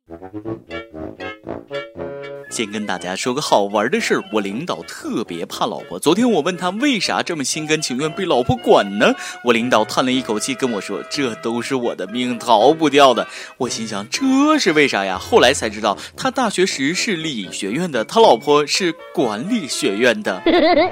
先跟大家说个好玩的事儿，我领导特别怕老婆。昨天我问他为啥这么心甘情愿被老婆管呢？我领导叹了一口气跟我说，这都是我的命，逃不掉的。我心想这是为啥呀？后来才知道他大学时是理学院的，他老婆是管理学院的。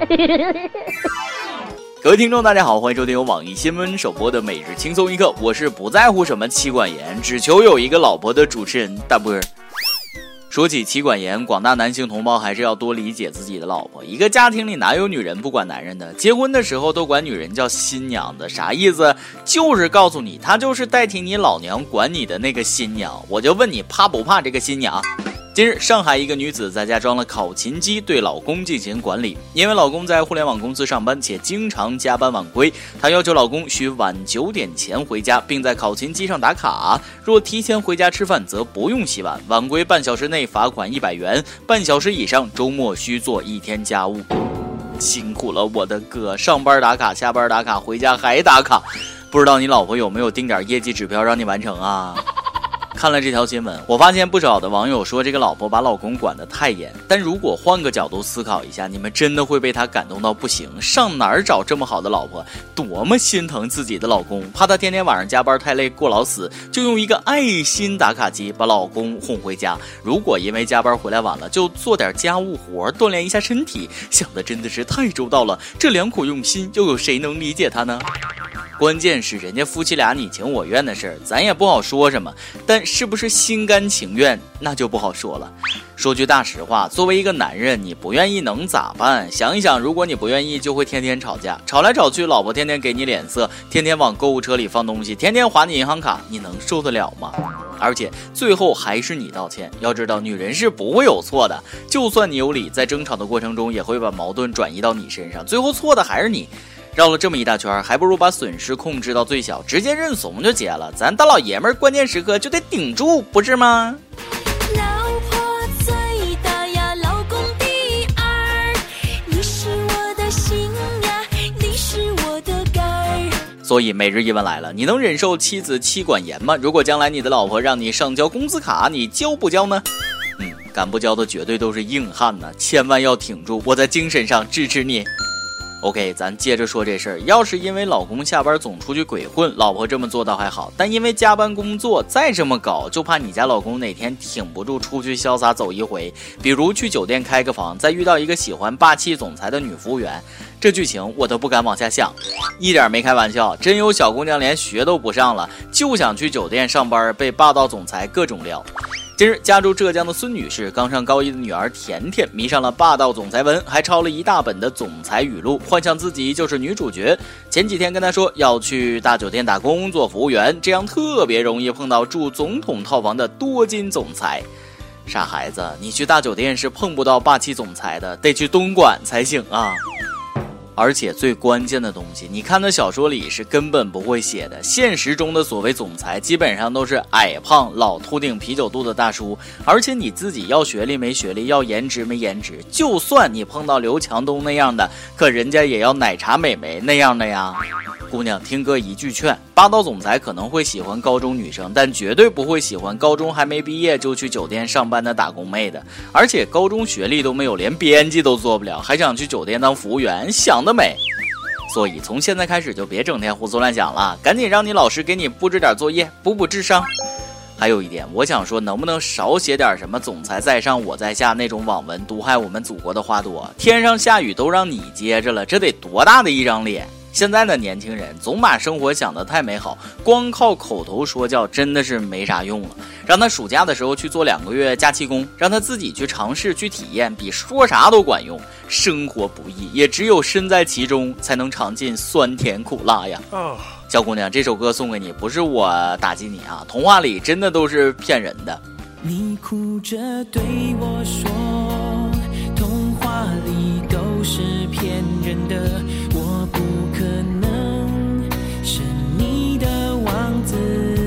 各位听众大家好，欢迎收听由网易新闻首播的每日轻松一刻，我是不在乎什么妻管严，只求有一个老婆的主持人大波儿。说起妻管严，广大男性同胞还是要多理解自己的老婆。一个家庭里哪有女人不管男人的？结婚的时候都管女人叫新娘的，啥意思？就是告诉你，她就是代替你老娘管你的那个新娘。我就问你，怕不怕这个新娘？近日，上海一个女子在家装了考勤机，对老公进行管理。因为老公在互联网公司上班，且经常加班晚归，她要求老公需晚9点前回家，并在考勤机上打卡。若提前回家吃饭，则不用洗碗；晚归半小时内罚款100元，半小时以上周末需做1天家务。辛苦了我的哥，上班打卡，下班打卡，回家还打卡。不知道你老婆有没有定点业绩指标让你完成啊？看了这条新闻，我发现不少的网友说这个老婆把老公管得太严，但如果换个角度思考一下，你们真的会被他感动到不行。上哪儿找这么好的老婆？多么心疼自己的老公，怕他天天晚上加班太累过劳死，就用一个爱心打卡机把老公哄回家。如果因为加班回来晚了，就做点家务活锻炼一下身体，想的真的是太周到了。这良苦用心，又有谁能理解他呢？关键是人家夫妻俩你情我愿的事儿，咱也不好说什么，但是不是心甘情愿那就不好说了。说句大实话，作为一个男人，你不愿意能咋办？想一想，如果你不愿意，就会天天吵架，吵来吵去，老婆天天给你脸色，天天往购物车里放东西，天天划你银行卡，你能受得了吗？而且最后还是你道歉。要知道女人是不会有错的，就算你有理，在争吵的过程中也会把矛盾转移到你身上，最后错的还是你。绕了这么一大圈，还不如把损失控制到最小，直接认怂就结了。咱大老爷们儿关键时刻就得顶住，不是吗？ 老婆最大呀，老公第二，你是我的心呀，你是我的肝儿。 所以每日一问来了，你能忍受妻子妻管严吗？如果将来你的老婆让你上交工资卡，你交不交呢？敢不交的绝对都是硬汉呢，千万要挺住，我在精神上支持你。OK， 咱接着说这事儿。要是因为老公下班总出去鬼混，老婆这么做倒还好，但因为加班工作再这么搞，就怕你家老公哪天挺不住出去潇洒走一回，比如去酒店开个房，再遇到一个喜欢霸气总裁的女服务员，这剧情我都不敢往下想。一点没开玩笑，真有小姑娘连学都不上了，就想去酒店上班，被霸道总裁各种撩。近日，家住浙江的孙女士刚上高一的女儿甜甜迷上了霸道总裁文，还抄了一大本的总裁语录，幻想自己就是女主角。前几天跟她说要去大酒店打工做服务员，这样特别容易碰到住总统套房的多金总裁。傻孩子，你去大酒店是碰不到霸气总裁的，得去东莞才行啊！而且最关键的东西，你看的小说里是根本不会写的。现实中的所谓总裁基本上都是矮胖老秃顶啤酒肚的大叔，而且你自己要学历没学历，要颜值没颜值，就算你碰到刘强东那样的，可人家也要奶茶美眉那样的呀。姑娘，听哥一句劝，霸道总裁可能会喜欢高中女生，但绝对不会喜欢高中还没毕业就去酒店上班的打工妹的。而且高中学历都没有，连编辑都做不了，还想去酒店当服务员，想得美。所以从现在开始就别整天胡思乱想了，赶紧让你老师给你布置点作业，补补智商。还有一点，我想说，能不能少写点什么总裁在上我在下那种网文，毒害我们祖国的花朵？天上下雨都让你接着了，这得多大的一张脸？现在的年轻人总把生活想得太美好，光靠口头说教真的是没啥用了。让他暑假的时候去做2个月假期工，让他自己去尝试去体验，比说啥都管用。生活不易，也只有身在其中才能尝尽酸甜苦辣呀。小姑娘，这首歌送给你，不是我打击你啊，童话里真的都是骗人的。 你哭着对我说，童话里都是骗人的，我不可能是你的王子。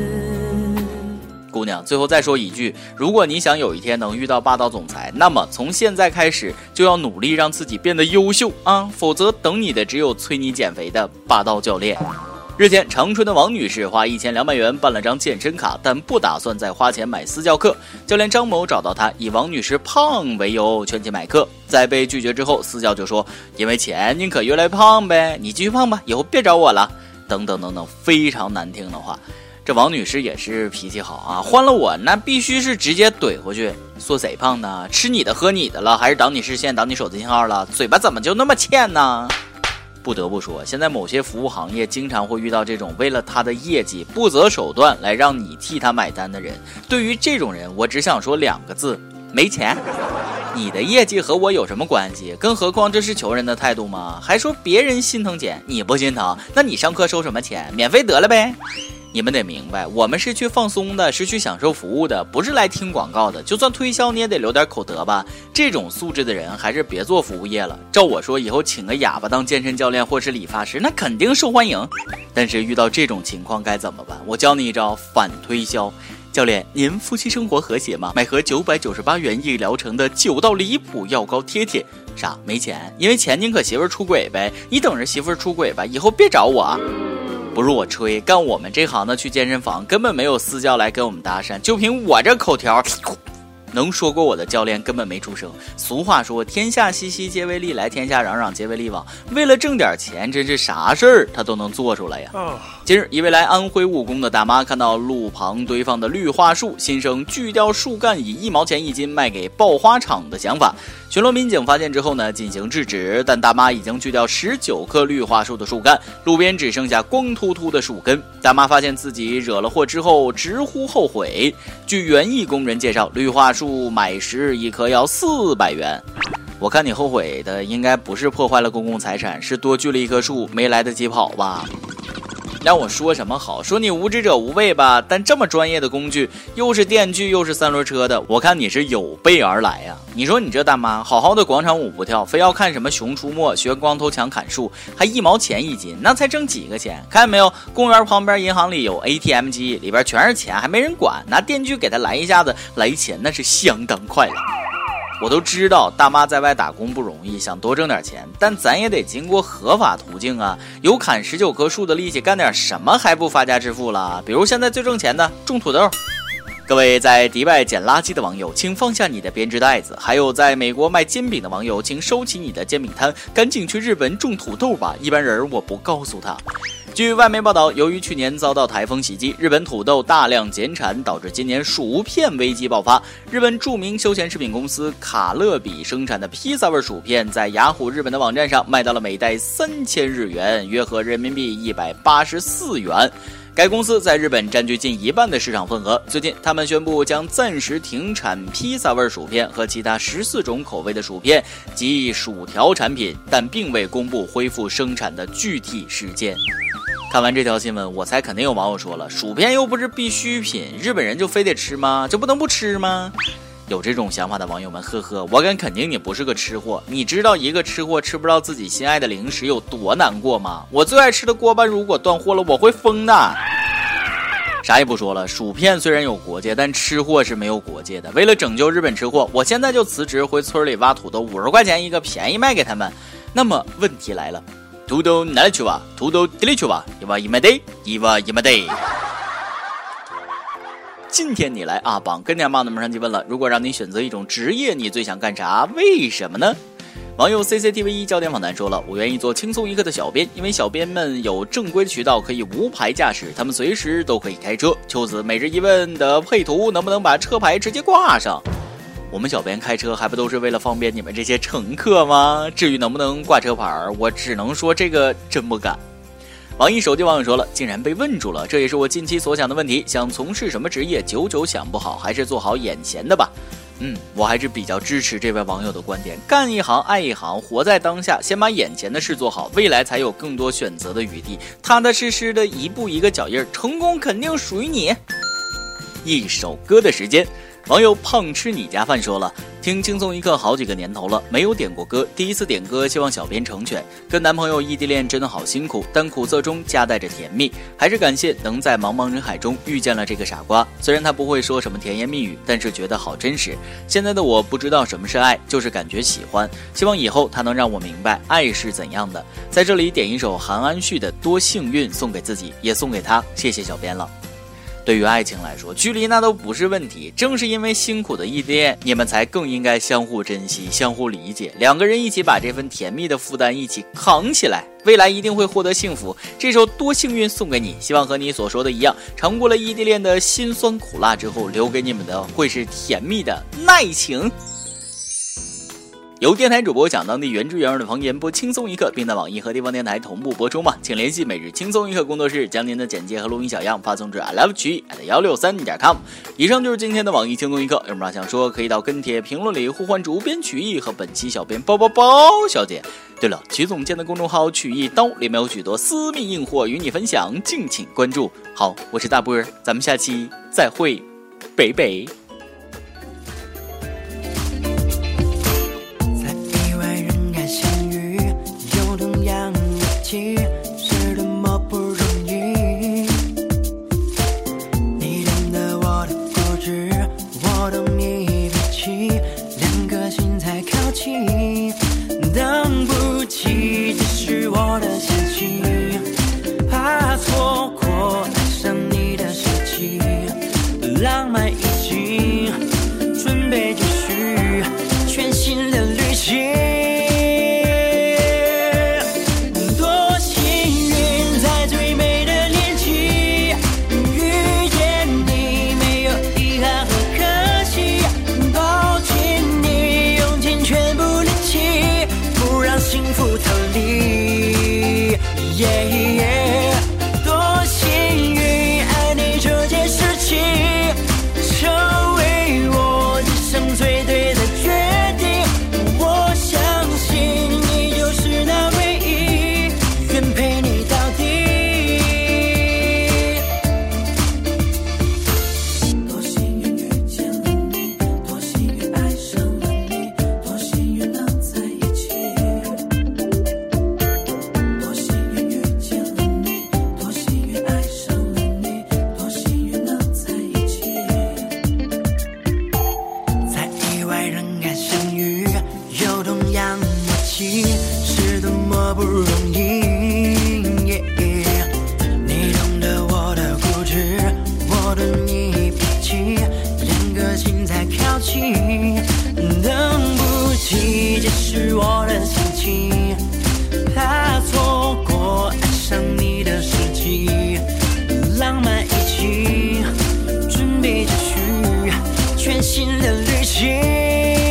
姑娘，最后再说一句，如果你想有一天能遇到霸道总裁，那么从现在开始就要努力让自己变得优秀啊，否则等你的只有催你减肥的霸道教练。 日前，长春的王女士花1200元办了张健身卡，但不打算再花钱买私教课。教练张某找到她，以王女士胖为由劝其买课。在被拒绝之后，私教就说：“因为钱宁可越来越胖呗，你继续胖吧，以后别找我了。”等等等等，非常难听的话。这王女士也是脾气好啊，换了我那必须是直接怼回去。说谁胖呢？吃你的喝你的了，还是挡你视线挡你手机信号了？嘴巴怎么就那么欠呢？不得不说，现在某些服务行业经常会遇到这种为了他的业绩不择手段来让你替他买单的人。对于这种人，我只想说2个字：没钱。你的业绩和我有什么关系？更何况这是求人的态度吗？还说别人心疼钱，你不心疼，那你上课收什么钱？免费得了呗。你们得明白，我们是去放松的，是去享受服务的，不是来听广告的。就算推销你也得留点口德吧。这种素质的人还是别做服务业了。照我说，以后请个哑巴当健身教练或是理发师，那肯定受欢迎。但是遇到这种情况该怎么办？我教你一招反推销。教练，您夫妻生活和谐吗？买盒998元一疗程的9道离谱药膏贴贴。啥？没钱？因为钱宁可媳妇出轨呗。你等着媳妇出轨吧，以后别找我。不是我吹，干我们这行的去健身房根本没有私教来跟我们搭讪，就凭我这口条，能说过我的教练根本没出声。俗话说，天下熙熙皆为利来，天下攘攘皆为利往。为了挣点钱，真是啥事儿他都能做出来呀。近日，一位来安徽务工的大妈看到路旁堆放的绿化树，心生锯掉树干以1毛钱一斤卖给爆花厂的想法。巡逻民警发现之后呢，进行制止，但大妈已经锯掉19棵绿化树的树干，路边只剩下光秃秃的树根。大妈发现自己惹了祸之后，直呼后悔。据园艺工人介绍，绿化树买时一棵要400元。我看你后悔的应该不是破坏了公共财产，是多锯了一棵树没来得及跑吧。让我说什么好？说你无知者无畏吧，但这么专业的工具，又是电锯又是3轮车的，我看你是有备而来呀。你说你这大妈好好的广场舞不跳，非要看什么熊出没，学光头强砍树，还1毛钱一斤，那才挣几个钱？看见没有？公园旁边银行里有 ATM 机，里边全是钱，还没人管，拿电锯给他来一下子，来钱那是相当快了。我都知道大妈在外打工不容易，想多挣点钱，但咱也得经过合法途径啊。有砍19棵树的力气，干点什么还不发家致富了？比如现在最挣钱的种土豆。各位在迪拜捡垃圾的网友，请放下你的编织袋子；还有在美国卖煎饼的网友，请收起你的煎饼摊，赶紧去日本种土豆吧。一般人我不告诉他。据外媒报道，由于去年遭到台风袭击，日本土豆大量减产，导致今年薯片危机爆发。日本著名休闲食品公司卡乐比生产的披萨味薯片，在雅虎日本的网站上卖到了每袋3000日元，约合人民币184元。该公司在日本占据近1半的市场份额。最近，他们宣布将暂时停产披萨味薯片和其他14种口味的薯片及薯条产品，但并未公布恢复生产的具体时间。看完这条新闻，我猜肯定有网友说了，薯片又不是必需品，日本人就非得吃吗？就不能不吃吗？有这种想法的网友们，呵呵，我敢肯定你不是个吃货。你知道一个吃货吃不到自己心爱的零食有多难过吗？我最爱吃的锅巴如果断货了，我会疯的。啥也不说了，薯片虽然有国界，但吃货是没有国界的。为了拯救日本吃货，我现在就辞职回村里挖土豆，50块钱一个，便宜卖给他们。那么问题来了，土豆哪里去挖？土豆地里去挖，一挖一买得，一挖一买得。今天你来阿榜跟天妈的们上去问了，如果让你选择一种职业，你最想干啥？为什么呢？网友 CCTV 焦点访谈说了，我愿意做轻松一刻的小编，因为小编们有正规渠道可以无牌驾驶，他们随时都可以开车。秋子每日一问的配图能不能把车牌直接挂上？我们小编开车还不都是为了方便你们这些乘客吗？至于能不能挂车牌，我只能说这个真不敢。网易手机网友说了，竟然被问住了，这也是我近期所想的问题，想从事什么职业，久久想不好，还是做好眼前的吧。我还是比较支持这位网友的观点，干一行爱一行，活在当下，先把眼前的事做好，未来才有更多选择的余地，踏踏实实的一步一个脚印，成功肯定属于你。 一首歌的时间。网友胖吃你家饭说了，听轻松一刻好几个年头了，没有点过歌，第一次点歌，希望小编成全。跟男朋友异地恋真的好辛苦，但苦涩中夹带着甜蜜，还是感谢能在茫茫人海中遇见了这个傻瓜。虽然他不会说什么甜言蜜语，但是觉得好真实。现在的我不知道什么是爱，就是感觉喜欢，希望以后他能让我明白爱是怎样的。在这里点一首韩安旭的《多幸运》送给自己，也送给他，谢谢小编了。对于爱情来说，距离那都不是问题，正是因为辛苦的异地恋，你们才更应该相互珍惜，相互理解，两个人一起把这份甜蜜的负担一起扛起来，未来一定会获得幸福。这首多幸运送给你，希望和你所说的一样，尝过了异地恋的辛酸苦辣之后，留给你们的会是甜蜜的爱情。由电台主播讲当地原汁原味的方言，播轻松一刻，并在网易和地方电台同步播出吗？请联系每日轻松一刻工作室，将您的简介和录音小样发送至 iLoveChü@163.com。以上就是今天的网易轻松一刻，有什么想说可以到跟帖评论里互换主编曲艺和本期小编包小姐。对了，曲总监的公众号曲艺刀里面有许多私密硬货与你分享，敬请关注。好，我是大波儿，咱们下期再会，北北。 是多么不容易，你懂得我的固执，我懂你脾气，两颗心才靠近，等不及这是我的心情，怕错过爱上你的时机，浪漫已经准备继续全新的旅行。多幸运爱你这件事情，成为我人生最对的决定。我相信你就是那唯一，愿陪你到底。多幸运遇见了你，多幸运爱上了你，多幸运能在一起。是多么不容易，你懂得我的固执，我懂你脾气，两个心才靠近，等不及这是我的心情，怕错过爱上你的时机，浪漫已经准备继续全新的旅行。